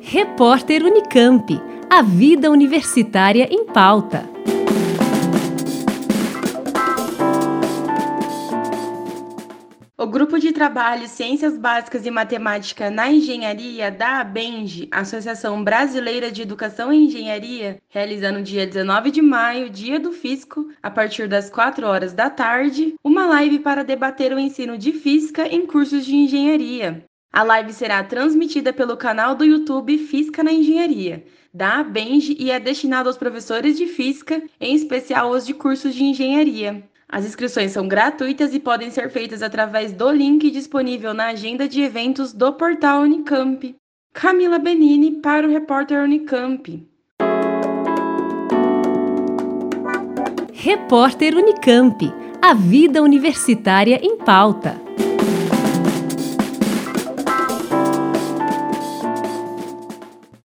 Repórter Unicamp. A vida universitária em pauta. O Grupo de Trabalho Ciências Básicas e Matemática na Engenharia da ABENGE, Associação Brasileira de Educação e Engenharia, realiza no dia 19 de maio, Dia do Físico, a partir das 4 horas da tarde, uma live para debater o ensino de física em cursos de engenharia. A live será transmitida pelo canal do YouTube Física na Engenharia, da ABENGE, e é destinada aos professores de física, em especial os de cursos de engenharia. As inscrições são gratuitas e podem ser feitas através do link disponível na agenda de eventos do portal Unicamp. Camila Benini para o Repórter Unicamp. Repórter Unicamp. A vida universitária em pauta.